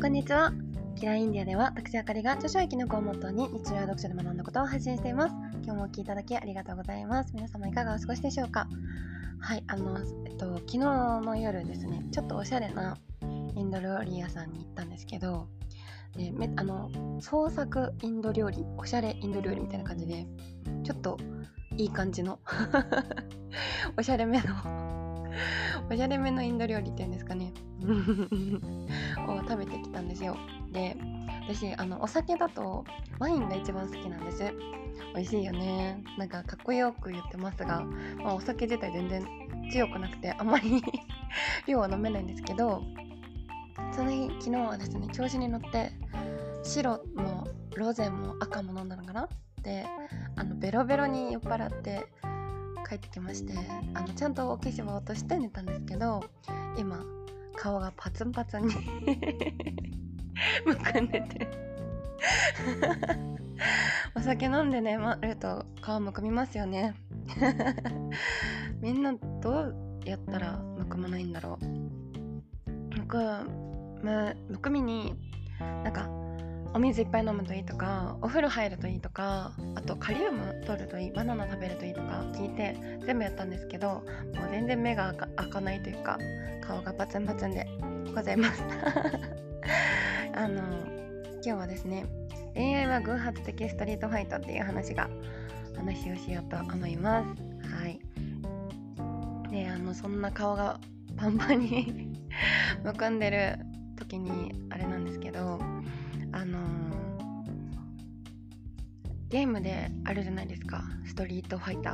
こんにちは。キラインディアでは私あかりが著書や記録をモットーに日常や読書で学んだことを配信しています。今日もお聞きいただきありがとうございます。皆様いかがお過ごしでしょうか。はい、昨日の夜ですね、ちょっとおしゃれなインド料理屋さんに行ったんですけど、創作インド料理、おしゃれインド料理みたいな感じで、ちょっといい感じのおしゃれめのインド料理っていうんですかねを食べてきたんですよ。で、私お酒だとワインが一番好きなんです。美味しいよね。なんかかっこよく言ってますが、お酒自体全然強くなくてあんまり量は飲めないんですけど、その日昨日はですね、調子に乗って白もロゼも赤も飲んだのかな。で、ベロベロに酔っ払って帰ってきまして、ちゃんとお化粧を落として寝たんですけど、今顔がパツンパツンにむくんでてお酒飲んで寝ると顔むくみますよねみんなどうやったらむくまないんだろう。むくみになんかお水いっぱい飲むといいとか、お風呂入るといいとか、あとカリウム取るといい、バナナ食べるといいとか聞いて全部やったんですけど、もう全然目が開かないというか、顔がパツンパツンでございます今日はですね、恋愛は偶発的ストリートファイトっていう話をしようと思います。はい。で、そんな顔がパンパンにむくんでる時にあれなんですけど、ゲームであるじゃないですか、ストリートファイタ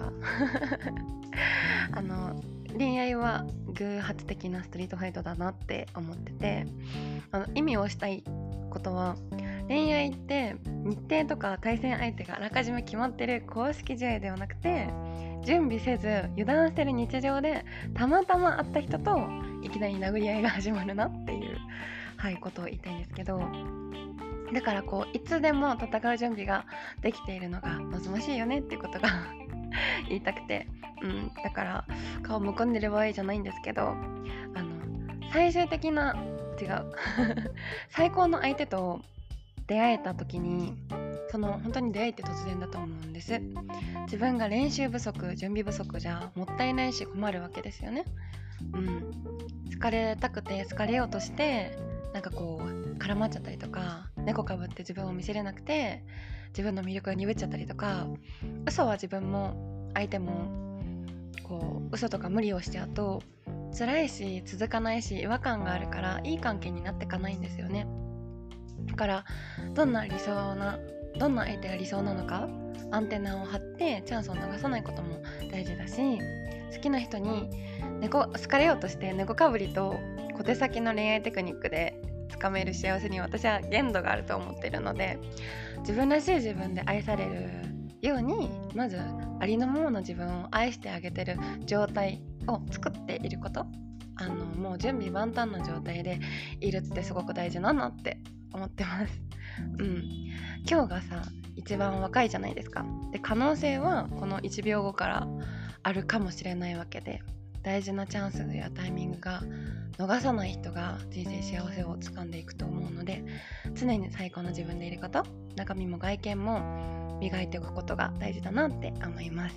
ー恋愛は偶発的なストリートファイトだなって思ってて、意味をしたいことは、恋愛って日程とか対戦相手があらかじめ決まってる公式試合ではなくて、準備せず油断してる日常でたまたま会った人といきなり殴り合いが始まるなっていう、ことを言いたいんですけど、だからいつでも戦う準備ができているのが望ましいよねっていうことが言いたくて、だから顔むくんでる場合じゃないんですけど、最終的な最高の相手と出会えた時に、本当に出会いって突然だと思うんです。自分が練習不足、準備不足じゃもったいないし困るわけですよね。好かれたくて好かれようとして絡まっちゃったりとか、猫かぶって自分を見せれなくて自分の魅力が鈍っちゃったりとか、嘘は自分も相手も嘘とか無理をしちゃうと辛いし続かないし違和感があるから、いい関係になっていかないんですよね。だからどんな相手が理想なのか、アンテナを張ってチャンスを逃さないことも大事だし、好きな人に好かれようとして猫かぶりと小手先の恋愛テクニックでつかめる幸せに私は限度があると思っているので、自分らしい自分で愛されるように、まずありのままの自分を愛してあげてる状態を作っていること、もう準備万端な状態でいるってすごく大事だなって思ってます今日が一番若いじゃないですか。で、可能性はこの1秒後からあるかもしれないわけで、大事なチャンスやタイミングが逃さない人が人生幸せをつかんでいくと思うので、常に最高の自分でいること、中身も外見も磨いておくことが大事だなって思います。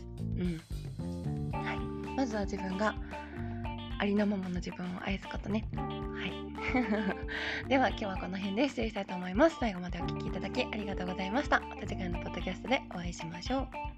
まずは自分がありのままの自分を愛すことね。では今日はこの辺で失礼したいと思います。最後までお聞きいただきありがとうございました。また次回のポッドキャストでお会いしましょう。